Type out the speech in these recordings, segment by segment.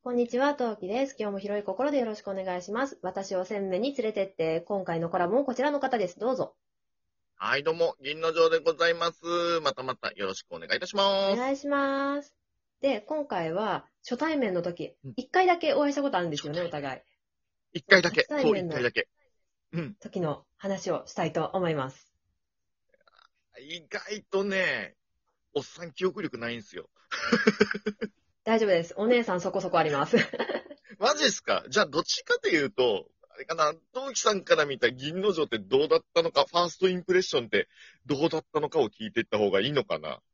こんにちは、トウキです。今日も広い心でよろしくお願いします。私を鮮明に連れてって、今回のコラボもこちらの方です。どうぞ。 はい、どうも、銀の城でございます。またまたよろしくお願いいたします。 お願いします。で、今回は初対面の時、 うん、 一回だけお会いしたことあるんですよね、お初対面。 互い。そう、初一回だけ。そう、一対面の回だけ。うん。 時の話をしたいと思います。 意外とね、おっさん記憶力ないんですよ。 大丈夫です。お姉さんそこそこあります。 マジっすか？じゃあ、どっちかというと、あれかな、陶器さんから見た銀の城ってどうだったのか、ファーストインプレッションってどうだったのかを聞いていった方がいいのかな。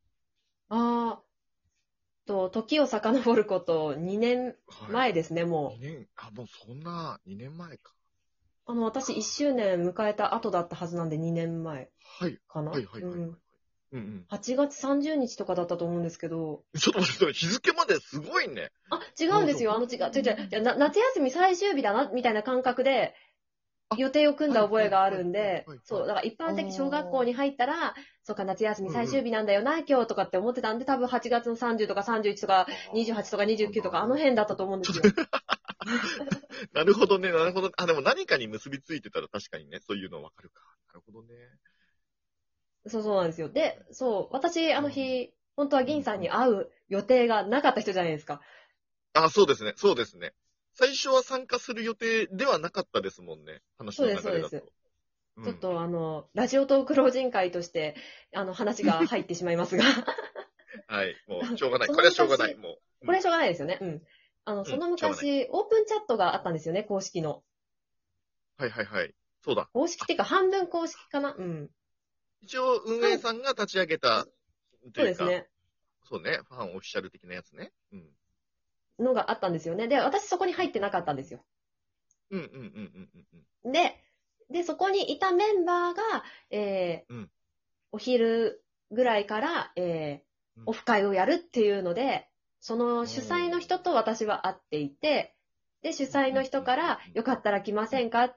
時を遡ること2 はい。 年前ですね、も 2年、もうそんな、2年前か。 う。私1周年迎えた後だったはずなんで2年前はい。 かな。 はいはいはいはい。 うん。 うんうん。 8月30日とかだったと思うんですけど、 ちょっと待って、日付まですごいね。 あ、違うんじゃあ、 ですよ。違う、違う、違う、いや夏休み最終日だな、みたいな感覚であ、 予定を組んはいだ覚えがあはいはいるんで、 はいはい。 そう、だから一あ般的小学校あ、 に入ったら、そうか、夏休み最うんうん。 終日なんだよな、今日とかって思ってたんで、多分8月の30とか31とかあ 28とか29とか、あのあ、なる辺だったとほど。 思うんですよ。 なるほどね、なるほど。でも何かに結びついてたら確かにね、そういうのわかるか。なるほどね。 そうそうなんですよ。で、そう、私、あのあ日、本当は銀さんにうんうん。 会う予定がなかった人じゃないですか。 そうですね、そうですね。最初は参加する予定ではなかったですもんね。話のそうです、そうです。 流れだと。うん。 ちょっとラジオトーク老人会として、話が入ってしまいますがはい。もう、しょうがない。 そこれはしょうがない。 の昔、 もう。うん。 これはしょうがないですよね。うん。そのしょうがない。 昔、オープンチャットがあったんですよね、公式の。 はいはいはい。そうだ。 公式っていうか、半分公式かな。うん。 一応、運営さんが立ち上げた、というか、 そうですね。 そうね、ファンオフィシャル的なやつね。うん。 のがあったんですよね。で、私そこに入ってなかったんですよ。 うんうんうんうんうんで、そこにいたメンバーが、 うん。うん。 お昼ぐらいから、 うん。 オフ会をやるっていうので、そのお主催のー。 人と私は会っていて、で、主うんうん催の人うんうんから、よかったら来まうん。 せんかって、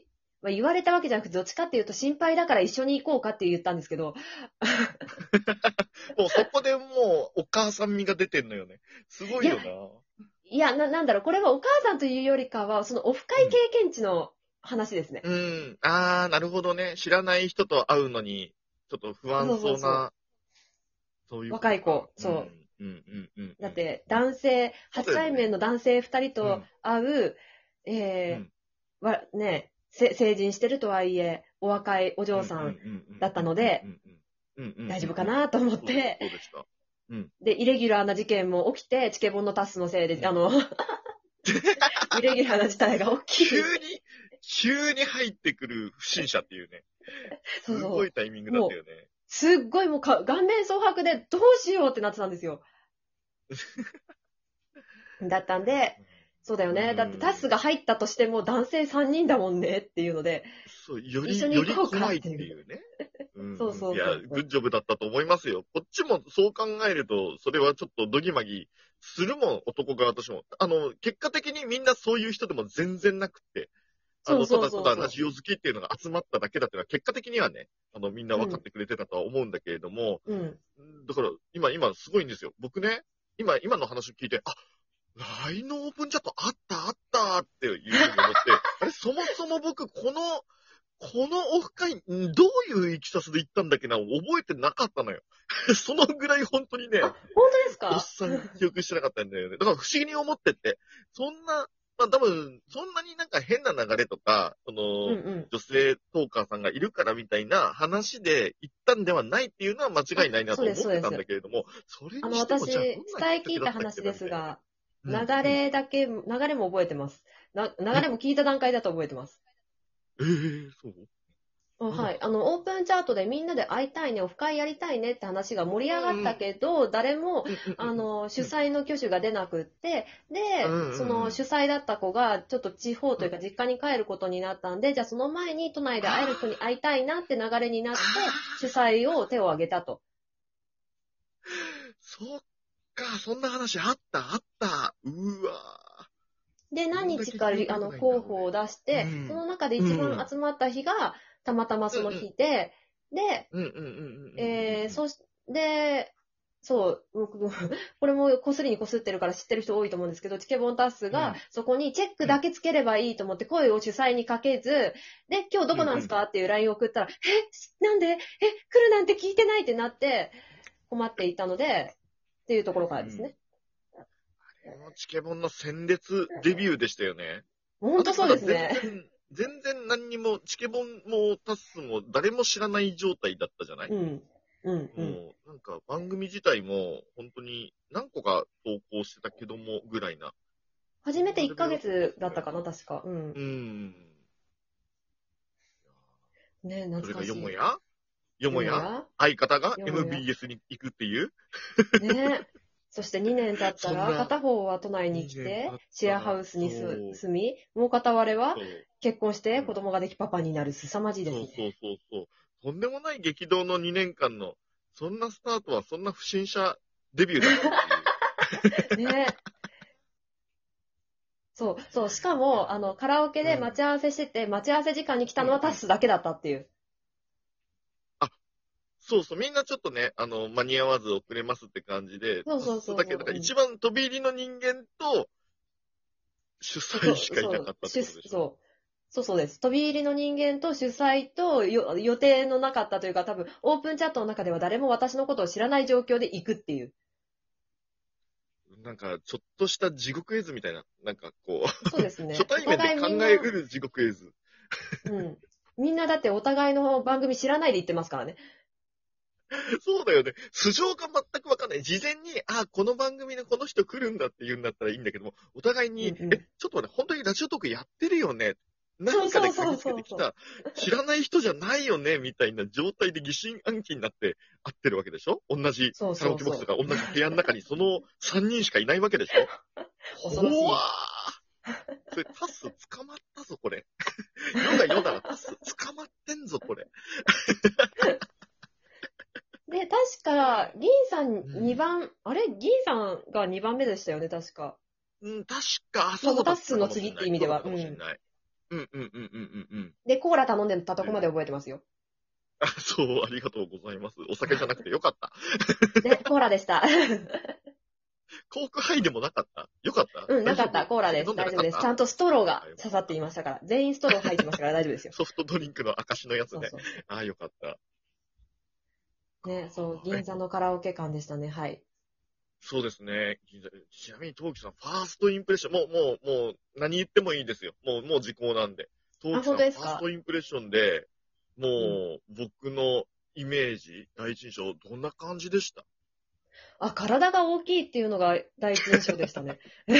言われたわけじゃなくて、どっちかっていうと心配だから一緒に行こうかって言ったんですけど、 もうそこでもうお母さん味が出てんのよね。すごいや、 いよな。 いや、なんだろう、これはお母さんというよりかは、そのオフ会うん。 経験値の話ですね。 うん。なるほどね。知らない人と会うのに、ちょっと不安そうそうそそうな、そういう。 うことか。 若い子、 うん。 そう。 うんうんうんうん。 だって、男性、 そう初対面だよね。 の男性二人とうん。 会う、 うん。 ね、成人してるとはいえ、お若いお嬢さんうんうんうんうんだったうんうんので、 うんうん。うんうん大丈夫かうんうん。 なと思っそうでした、 て、 そうでした。うん。 で、イレギュラーな事件も起きて、チケボンのタスのせいで、 うん。 イレギュラーな事態が起き、 急に入ってくる不審者っていうね。すごそうそいタイミングう。もう、 だったよね。 すっごいもう顔面蒼白でどうしようってなってたんですよ。だったんで、そうだようね。だってタスがん。 入ったとしても男性3人だもんねっていうので、 そう、 一緒よに行こうかり怖いっっていう。 ていうね。うんそううん。いや、 そうそうそう。 グッジョブだったと思いますよ。こっちもそう考えると、それはちょっとドギマギするもん、男側としても。結果的にみんなそういう人でも全然なくって、たそうそうだただラそうそジオ好きっていうのが集まっただけだっていうのは、結果的にはね、みんなう。う分かっん。 てくれてたとは思うんだけれども、 うん。 だから、今すごいんですよ。僕ね、今の話を聞いて、LINE のオープンチャットあったっていうふうに思って、あれ、そもそも僕、このオフ会、どういういきさつで行ったんだっけな、覚えてなかったのよ。そのぐらい本当にあ、 ね、 本当ですか？ おっさん記憶してなかったんだよね。だから不思議に思ってて、そんな、多分、そんなになんか変な流れとか、 うんうん。 女性トーカーさんがいるからみたいな話で行ったんではないっていうのは間あ、 違いないなそうです、 と思ってたんだそうです。 けれども、それにしてもじゃあ私、 どんなきっ伝え聞いかけだったっけた話でなみたいなね。 すが、流うん、うん。 流れも覚えてます。流え、 れも聞いた段階だと覚えてます。 そうはい。 なんだっけオープンチャートでみんなで会いたいね、オフ会やりたいねって話が盛り上がったうんうん。 けど、誰も、 うんうんうん主うん。 催の挙手が出なくって、で、 うんうんそうんうん。 の主催だった子が、ちょっと地方というかうん。 実家に帰ることになったんで、じゃあその前に都内で会える子に会いたいなって流れになって、主催を手を挙げたと。 そっか、そんな話あった。うわで、 どん何日かだけ記憶力ないんだ、 候補を俺。 出して、そうん。 の中でう一番ん。 集まった日が、たまたまそのうんうん。 日で、で、 うんうんうんうんうんうんうん。 そしで、 そう、これもこすりにこすってるから知ってる人多いと思うんですけど、チケボンタッスがそこにチェックだけつければいいと思って声を主催にかけず、で、今日どこなんですかっていう LINE を送ったら、なんで来るなんて聞いてないってなって困っていたので、っていうところからですね。 このチケボンの鮮烈デビューでしたよね。 本当そうですね。 全然何にも、チケボンもタスも誰も知らない状態だったじゃない？もう、なんか番組自体も本当に何個か投稿してたけどもぐらいな。 初めて1ヶ月だったかな、確か。ね、懐かしい。 それがよもや相方が MBS に行くっていうね。そして2年経ったら、片方は都内に来て、シェアハウスに住み、もう片割れは結婚して子供ができパパになる凄まじいですね。 そう。とんでもない激動の2年間の、そんなスタートはそんな不審者デビューだったっていう。 ね。そう、しかも、カラオケで待ち合わせしてて、待ち合わせ時間に来たのはタッスだけだったっていう。 そう、みんなちょっとね、間に合わず遅れますって感じで、 そう。 だけだから一番飛び入りの人間と、主催しかいなかったってことでしょ。 そうです。飛び入りの人間と主催と予定のなかったというか、多分、オープンチャットの中では誰も私のことを知らない状況で行くっていう。 なんか、ちょっとした地獄絵図みたいな、なんかこう、 そうですね。 初対面で考えうる地獄絵図。 みんなだってお互いの番組知らないで行ってますからね。 そうだよね。素性が全くわかんない。事前に、この番組でこの人来るんだって言うんだったらいいんだけども、お互いに、ちょっと待って、本当にラジオトークやってるよね。何かで嗅ぎつけてきた、知らない人じゃないよね、みたいな状態で疑心暗鬼になって会ってるわけでしょ？同じカラオケボックスとか同じ部屋の中にその3人しかいないわけでしょ？ 恐ろしい。 それ、タス捕まったぞ、これ。ヨダ、タス捕まってんぞ、これ。 で、確か、銀さん2番、銀さんが2番目でしたよね、確か。 確か、 そうタスの次って意味では。で、コーラ頼んでたとこまで覚えてますよ。 そう、ありがとうございます。お酒じゃなくてよかった。 で、コーラでした。 コークハイでもなかったよかったなかった。コーラです。大丈夫です。ちゃんとストローが刺さっていましたから。全員ストロー入ってましたから大丈夫ですよ。 ソフトドリンクの証のやつね。よかった。 ね、そう、銀座のカラオケ館でしたね、はい。 そうですね。ちなみに、トウキさん、ファーストインプレッション、もう、何言ってもいいですよ。もう時効なんで。トウキさん、ファーストインプレッションで、もう、僕のイメージ、第一印象、どんな感じでした？ 体が大きいっていうのが第一印象でしたね。 はい。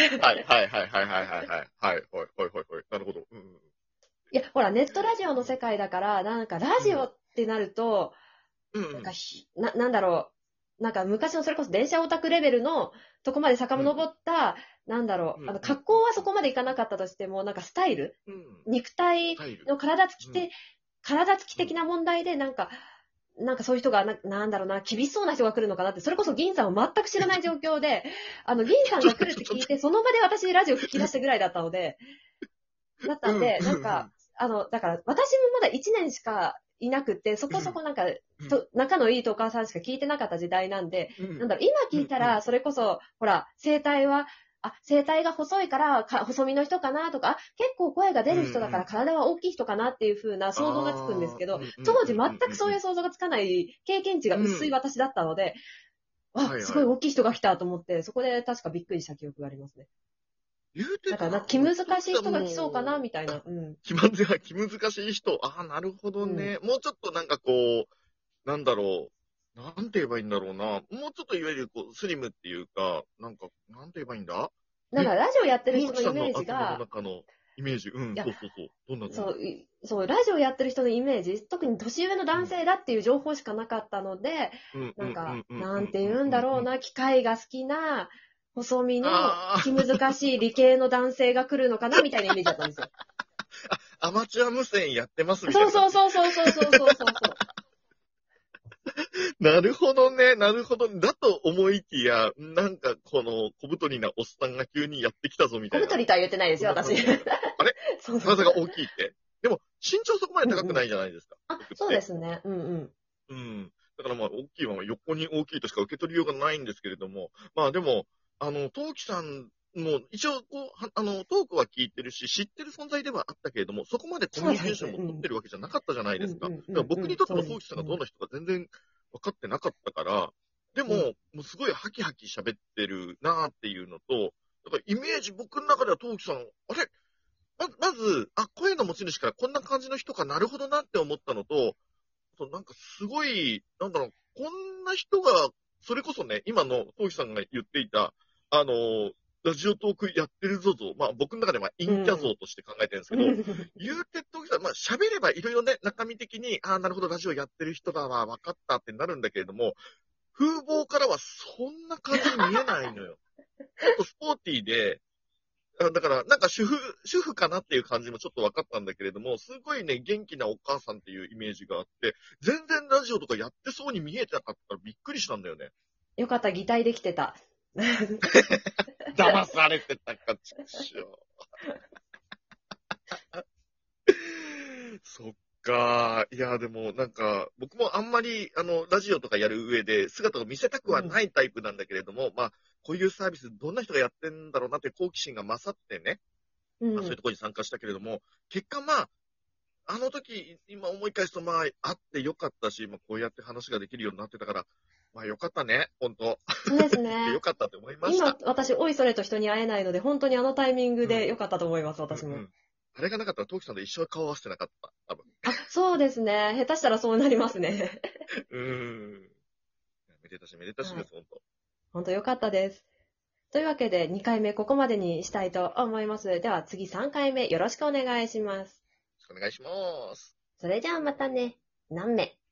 なるほど。 いや、ほら、ネットラジオの世界だから、なんか、ラジオってなると、なんだろう。なんか昔のそれこそ電車オタクレベルのとこまで遡った、なんだろう。格好はそこまでいかなかったとしても、なんかスタイル、肉体の体つき的な問題で、なんかそういう人がなんだろうな、厳しそうな人が来るのかなって、それこそ銀さんを全く知らない状況で、銀さんが来るって聞いて、その場で私ラジオ聞き出したぐらいだったので、なんか、だから私もまだ1年しかいなくって、そこそこなんか、仲のいいとお母さんしか聞いてなかった時代なんで、なんだろう、今聞いたら、それこそ、ほら、声帯が細いから細身の人かなとか、結構声が出る人だから体は大きい人かなっていう風な想像がつくんですけど、当時全くそういう想像がつかない経験値が薄い私だったので、すごい大きい人が来たと思って、そこで確かびっくりした記憶がありますね。だから気難しい人が来そうかなみたいな。 気難しい人。なるほどね。もうちょっとなんかこう、なんだろう。なんて言えばいいんだろうな。もうちょっといわゆるこうスリムっていうか、なんか、なんて言えばいいんだ？ なんかラジオやってる人のイメージが、 イメージ。そう。どんなそう、ラジオやってる人のイメージ、特に年上の男性だっていう情報しかなかったので、なんか、なんて言うんだろうな、機械が好きな、細身の気難しい理系の男性が来るのかなみたいなイメージだったんですよ。 アマチュア無線やってますみたいな。 そう。 なるほどね。だと思いきや、なんかこの小太りなおっさんが急にやってきたぞみたいな。 小太りとは言ってないですよ、私。 あれ体が大きいって。でも、身長そこまで高くないじゃないですか。 そうですね。 だからまあ、大きいは横に大きいとしか受け取りようがないんですけれども、まあでも、トキさんも、一応、こう、トークは聞いてるし、知ってる存在ではあったけれども、そこまでコミュニケーションも取ってるわけじゃなかったじゃないですか。だから僕にとってもトキさんがどんな人か全然分かってなかったから、でも、もうすごいハキハキ喋ってるなーっていうのと、だからイメージ、僕の中ではトキさん、あれまず、声の持ち主からこんな感じの人かなるほどなって思ったのと、なんかすごい、なんだろう、こんな人が、それこそね、今のトキさんが言っていた、ラジオトークやってるぞぞ、まあ僕の中では陰キャ像として考えてるんですけど、言うてトキさん、まあ喋ればいろいろね、中身的に、なるほど、ラジオやってる人だわ、分かったってなるんだけれども、風貌からはそんな感じに見えないのよ。ちょっとスポーティーで、だから、なんか主婦かなっていう感じもちょっと分かったんだけれども、すごいね、元気なお母さんっていうイメージがあって、全然ラジオとかやってそうに見えてなかったからびっくりしたんだよね。 よかった、擬態できてた。 騙されてたか、ちくしょう。そっか。いや、でもなんか、僕もあんまり、ラジオとかやる上で姿を見せたくはないタイプなんだけれども、まあ、こういうサービス、どんな人がやってんだろうなって好奇心が勝ってね、まあ、そういうところに参加したけれども、結果まあ、あの時、今思い返すと、まあ、会ってよかったし、まあ、こうやって話ができるようになってたから、まあ、よかったね、本当そうですでよね。 かったって思いまし今、 た。 私、おいそれと人に会えないので、本当にあのタイミングでよかったと思います、私も。 あれがなかったら、トキさんと一生顔合わせてなかった、多分。 そうですね。下手したらそうなりますね。 めでたしめでたしです、本当。 本当よかったです。というわけで、2回目ここまでにしたいと思います。では次3回目よろしくお願いします。 よろしくお願いします。 それじゃあまたね。何目